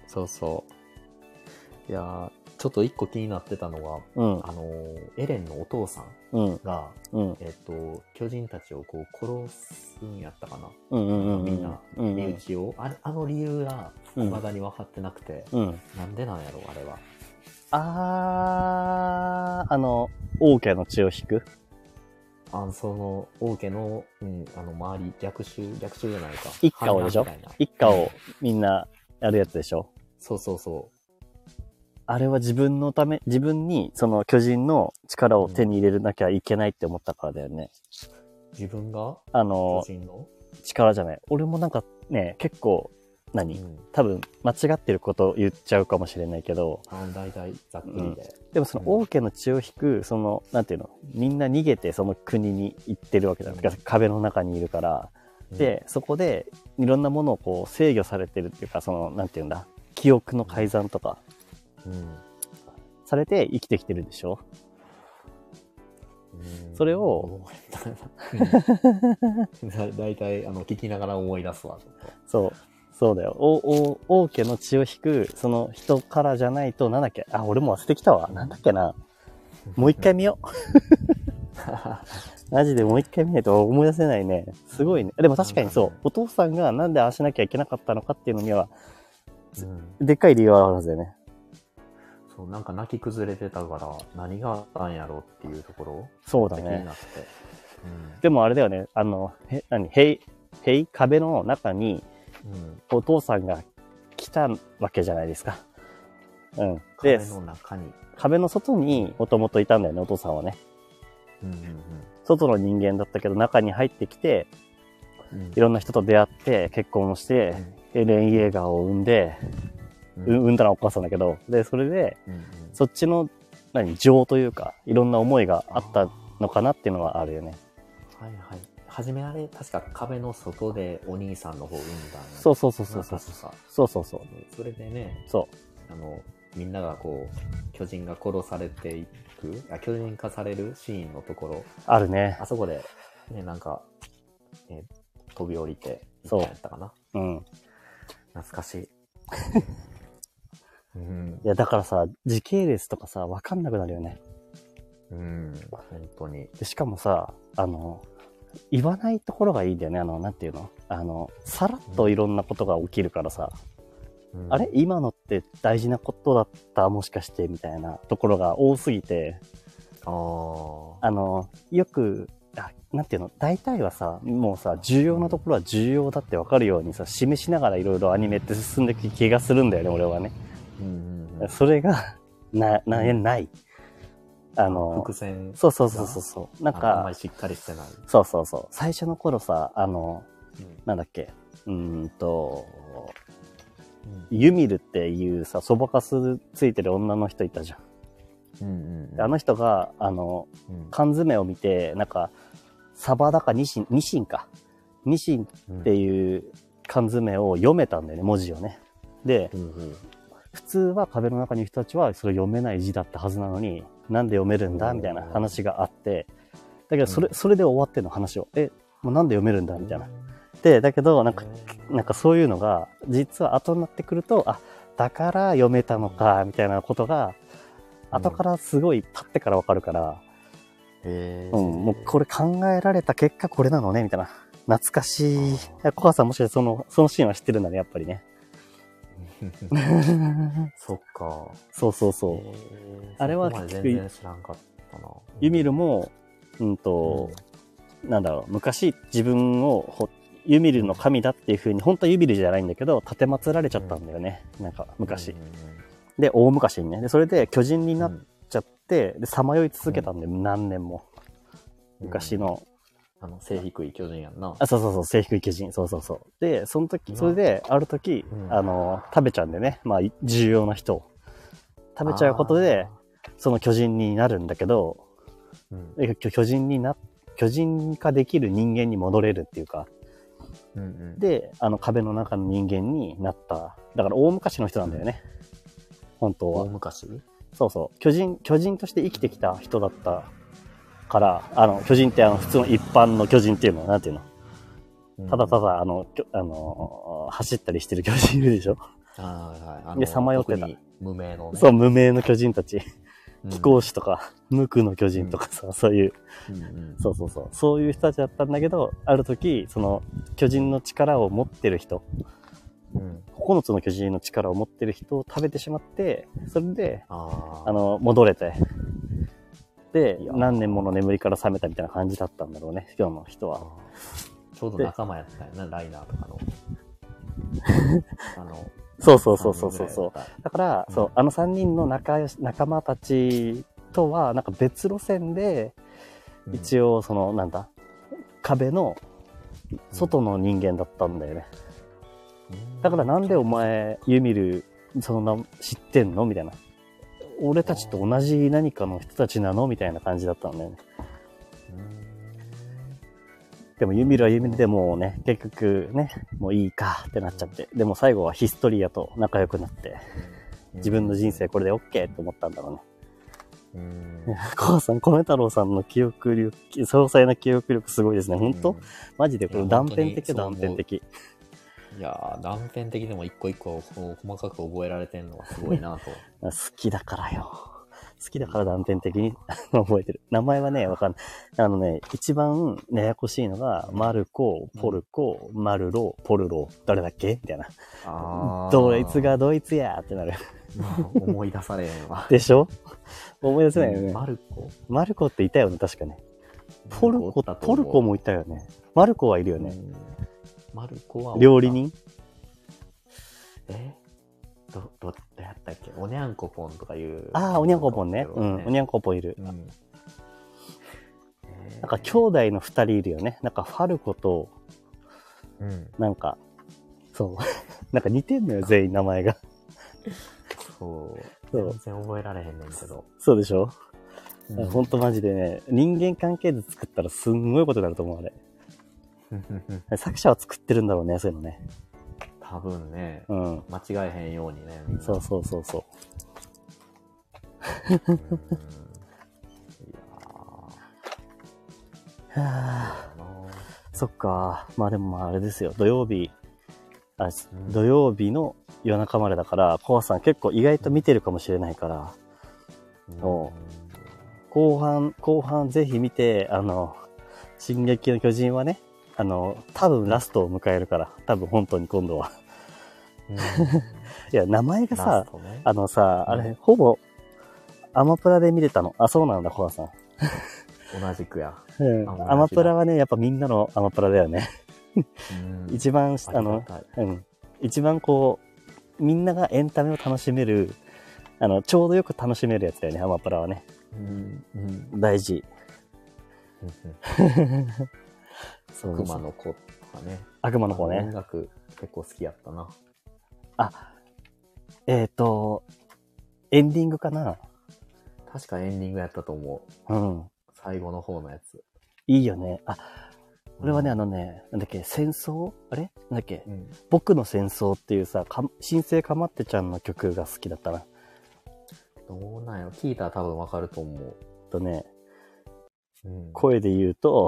そう。いやー、ちょっと一個気になってたのは、エレンのお父さんが、巨人たちをこう殺すんやったかな。みんな、身内を。あの理由が、未だに分かってなくて、なんでなんやろ、あれは。 王家の血を引く王家の、周り、逆襲じゃないか。 一家をでしょ？一家をみんなやるやつでしょ？ そう。 あれは自分にその巨人の力を手に入れなきゃいけないって思ったからだよね。 自分が巨人の力じゃない。俺もなんかね、結構、多分間違ってること言っちゃうかもしれないけど。 大体ざっくりで。 でもその王家の血を引く、なんていうの、みんな逃げてその国に行ってるわけだ。壁の中にいるから。で、そこでいろんなものをこう制御されてるっていうか、なんていうんだ、記憶の改ざんとか。されて生きてきてるでしょ。それを大体聞きながら思い出すわ。 そうだよ。王家の血を引くその人からじゃないと、なんだっけ、俺も忘れてきたわ。なんだっけな。もう一回見よう。マジでもう一回見ないと思い出せないね。すごいね。でも確かにそう。お父さんがなんでああしなきゃいけなかったのかっていうのには、でっかい理由があるはずだよね。 そう、なんか泣き崩れてたから、何があったんやろっていうところ。 そうだね。 気になって。 でもあれだよね。壁の中に、お父さんが来たわけじゃないですか。で、 壁の中に。 壁の外にもともといたんだよね、お父さんはね。外の人間だったけど、中に入ってきて、いろんな人と出会って、結婚をして、エレン・イェーガーを産んで、産んだのはお母さんだけど、で、それで、そっちの、情というか、いろんな思いがあったのかなっていうのはあるよね。 初め確か壁の外でお兄さんの方を産んだんや。 そう。それでね、みんながこう、巨人が殺されていく、巨人化されるシーンのところ。 あるね。 あそこで、ね、飛び降りて、そうやったかな。懐かしい。 いや、だからさ、時系列とかさ、わかんなくなるよね。 本当に。 で、しかもさ、言わないところがいいんだよね。なんていうの？さらっといろんなことが起きるからさ、あれ？今のって大事なことだったもしかしてみたいなところが多すぎて、よく、なんていうの？大体はさ、もうさ、重要なところは重要だってわかるようにさ、示しながらいろいろアニメって進んでいく気がするんだよね、俺はね。それが、ない。 伏線。 そう。なんか、 あんまりしっかりしてない。 そう。最初の頃さ、なんだっけ、ユミルっていうさ、そばかすついてる女の人いたじゃん。あの人が、缶詰を見て、なんか、サバだかニシンっていう缶詰を読めたんだよね、文字をね。で、普通は壁の中にいる人たちはそれ読めない字だったはずなのに、なんで読めるんだみたいな話があって、だけどそれで終わってんの話を。もうなんで読めるんだみたいな。で、だけど、なんかそういうのが、実は後になってくると、だから読めたのか、みたいなことが、後からすごい経ってからわかるから、もうこれ考えられた結果これなのね、みたいな。懐かしい。小川さんもしかしてそのシーンは知ってるんだね、やっぱりね。 そっか。 そうそうそう。あれはそこまで全然知らんかったな。 ユミルも、なんだろう、昔自分をユミルの神だっていう風に、本当はユミルじゃないんだけど、立て祀られちゃったんだよね。なんか、昔。で、大昔にね。で、それで巨人になっちゃって、で、さまよい続けたんだよ、何年も。昔の。 背低い巨人やんな。 そうそうそう、背低い巨人。そうそうそう。で、その時、それで、ある時、食べちゃうんでね。まあ、重要な人を。食べちゃうことで、その巨人になるんだけど、巨人化できる人間に戻れるっていうか、で、壁の中の人間になった。だから大昔の人なんだよね。本当は。 大昔？ そうそう。巨人として生きてきた人だったから、巨人って普通の一般の巨人っていうのは、なんていうの、ただただ、走ったりしてる巨人いるでしょ。で、さまよってた。 無名のね。 そう、無名の巨人たち。貴公子とか、無垢の巨人とかさ、そういう、そうそうそう。そういう人たちだったんだけど、ある時、その、巨人の力を持ってる人、9つの巨人の力を持ってる人を食べてしまって、それで、戻れて、で、何年もの眠りから覚めたみたいな感じだったんだろうね、今日の人は。 ちょうど仲間やったよな、ライナーとかの。 そうそうそうそうそう。だから、そう、3人の仲間たちとは、なんか別路線で、一応、その、なんだ、壁の外の人間だったんだよね。だからなんでお前、ユミル、そんな知ってんのみたいな。俺たちと同じ何かの人たちなのみたいな感じだったんだよね。でもユミルはユミルでもうね、結局ね、もういいかってなっちゃって。でも最後はヒストリアと仲良くなって、自分の人生これで OK って思ったんだろうね。コウさん、米太郎さんの記憶力、詳細な記憶力すごいですね。本当、マジでこれ断片的断片的。 いやー、断片的でも一個一個細かく覚えられてんのはすごいなと。 好きだからよ。好きだから断片的に覚えてる。名前はね、わかんない。一番ややこしいのが、マルコ、ポルコ、マルロ、ポルロ、誰だっけみたいな。ドイツがドイツやってなる。 思い出されへんわ。 でしょ？思い出せないよね。 マルコっていたよね、確かね。ポルコもいたよね。マルコはいるよね。 マルコは料理人？ どうやったっけ？おにゃんこぽんとかいう。 おにゃんこぽんね。おにゃんこぽんいる。なんか兄弟の2人いるよね。なんかファルコと、なんか、そう。なんか似てんのよ、全員名前が。 そう。全然覚えられへんねんけど。 そうでしょ？ほんとマジでね、人間関係図作ったらすんごいことになると思う、あれ。作者は作ってるんだろうね、そういうのね。 多分ね、間違えへんようにね。 そうそうそうそう。いやー。そっか。まあでもあれですよ。土曜日の夜中までだから、コアさん結構意外と見てるかもしれないから、後半ぜひ見て、進撃の巨人はね、多分ラストを迎えるから、多分本当に今度は。いや、名前がさ、あれ、ほぼ、アマプラで見れたの。そうなんだ、コアさん。 同じくや。 アマプラはね、やっぱみんなのアマプラだよね。一番、一番こう、みんながエンタメを楽しめる、ちょうどよく楽しめるやつだよね、アマプラはね。大事。 悪魔の子とかね。 悪魔の子ね。 音楽結構好きやったな。 エンディングかな？ 確かエンディングやったと思う。最後の方のやつ。 いいよね。これはね、なんだっけ、戦争？あれなんだっけ、僕の戦争っていうさ、新生かまってちゃんの曲が好きだったな。 どうなんやろ？聞いたら多分わかると思う。 声で言うと、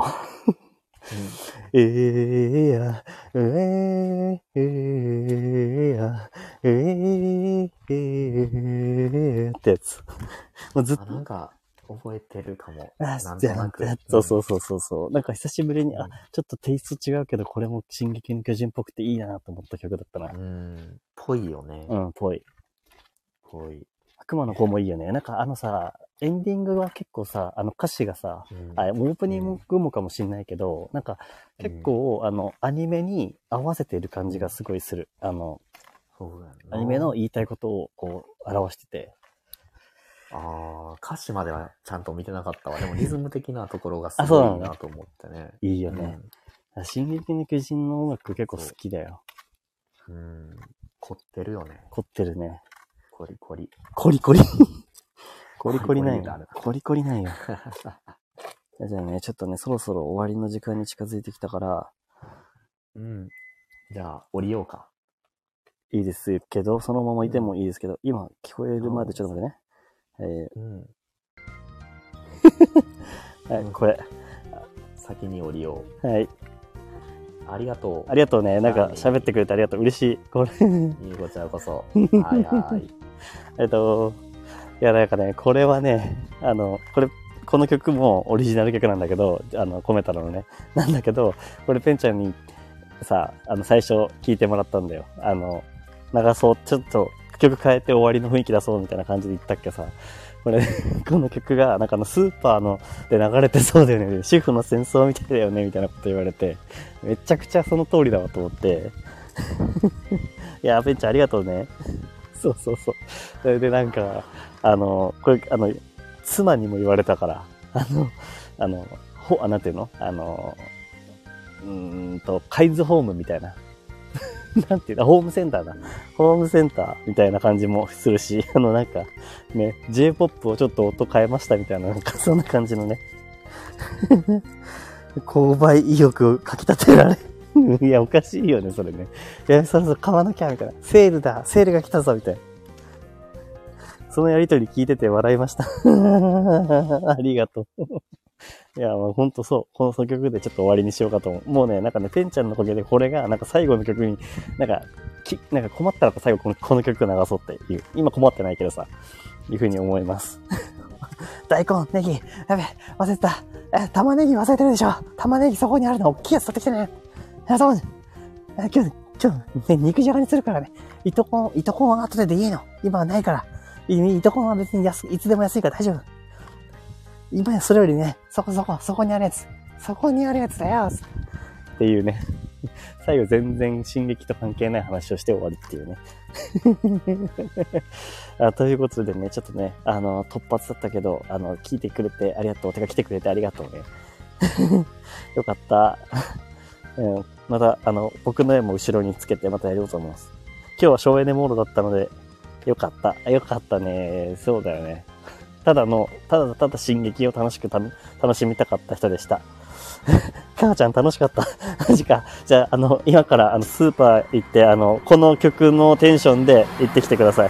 ってやつ。もうずっと。 なんか、 覚えてるかも。 あ、 なんとなく。 そうそうそうそうそう。なんか久しぶりに、あ、ちょっとテイスト違うけど、これも進撃の巨人っぽくていいなと思った曲だったな。 ぽいよね。 ぽい。 ぽい。 悪魔の子もいいよね。なんかさ、エンディングは結構さ、歌詞がさ、オープニングもかもしんないけど、なんか結構、アニメに合わせている感じがすごいする。 そうやな。 アニメの言いたいことをこう、表してて。 歌詞まではちゃんと見てなかったわ。でもリズム的なところがすごいいいなと思ってね。 いいよね。進撃の巨人の音楽結構好きだよ。 凝ってるよね。 凝ってるね。 コリコリ。 コリコリ。コリコリないよ。コリコリないよ。じゃあね、ちょっとね、そろそろ終わりの時間に近づいてきたから。 じゃあ、降りようか。 いいですけど、そのままいてもいいですけど、今聞こえるまでちょっと待ってね。はい、これ。 先に降りよう。 はい。 ありがとう。 ありがとうね。なんか喋ってくれてありがとう。嬉しい。これ。 いいこちらこそ。はいはい。 いや、なんかね、これはね、この曲もオリジナル曲なんだけど、コメタロのね。なんだけど、これペンちゃんにさ、最初聞いてもらったんだよ。流そう、ちょっと曲変えて終わりの雰囲気出そうみたいな感じで言ったっけさ。これ、この曲が、なんかスーパーので流れてそうだよね。主婦の戦争みたいだよね。みたいなこと言われて、めちゃくちゃその通りだわと思って。いや、ペンちゃんありがとうね。そうそうそう。それでなんか、これ、妻にも言われたから、なんていうの海津ホームみたいな。なんていうのホームセンターだ。ホームセンターみたいな感じもするし、なんか、ね、J-POP をちょっと音変えましたみたいな、なんかそんな感じのね。購買意欲をかき立てられ。いや、おかしいよね、それね。いや、そろそろ買わなきゃ、みたいな。セールだ、セールが来たぞ、みたいな。そのやりとり聞いてて笑いました。ありがとう。いや、ほんとそう。この曲でちょっと終わりにしようかと思う。もうね、なんかね、ペンちゃんのおかげでこれが、なんか最後の曲に、なんか困ったら最後この曲流そうっていう。今困ってないけどさ、いうふうに思います。大根、ネギ、やべ、忘れてた。玉ねぎ忘れてるでしょ。玉ねぎそこにあるの、大きいやつ取ってきてね。そう。今日、ね、肉じゃがにするからね。糸こんは後でいいの。今はないから。糸こんは別にいつでも安いから大丈夫。今それよりね、そこにあるやつ。そこにあるやつだよ。っていうね。最後全然進撃と関係ない話をして終わりっていうね。ということでね、ちょっとね、突発だったけど、聞いてくれてありがとう。てか来てくれてありがとうね。よかった。また、僕の絵も後ろにつけてまたやろうと思います。今日は省エネモードだったので、よかった。よかったね。そうだよね。ただ進撃を楽しみたかった人でした。かなちゃん楽しかった。マジか。じゃあ、今から、スーパー行って、この曲のテンションで行ってきてください。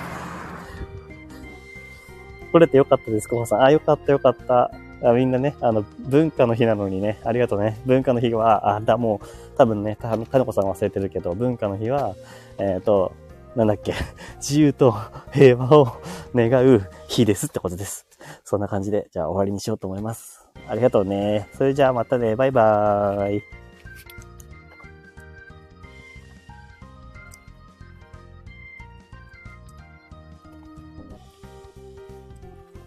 来れてよかったです、コマさん。よかった。みんなね、文化の日なのにね、ありがとうね。文化の日は、もう、多分ね、かのこさん忘れてるけど、文化の日は、なんだっけ、自由と平和を願う日ですってことです。そんな感じで、じゃあ終わりにしようと思います。ありがとうね。それじゃあまたね。バイバーイ。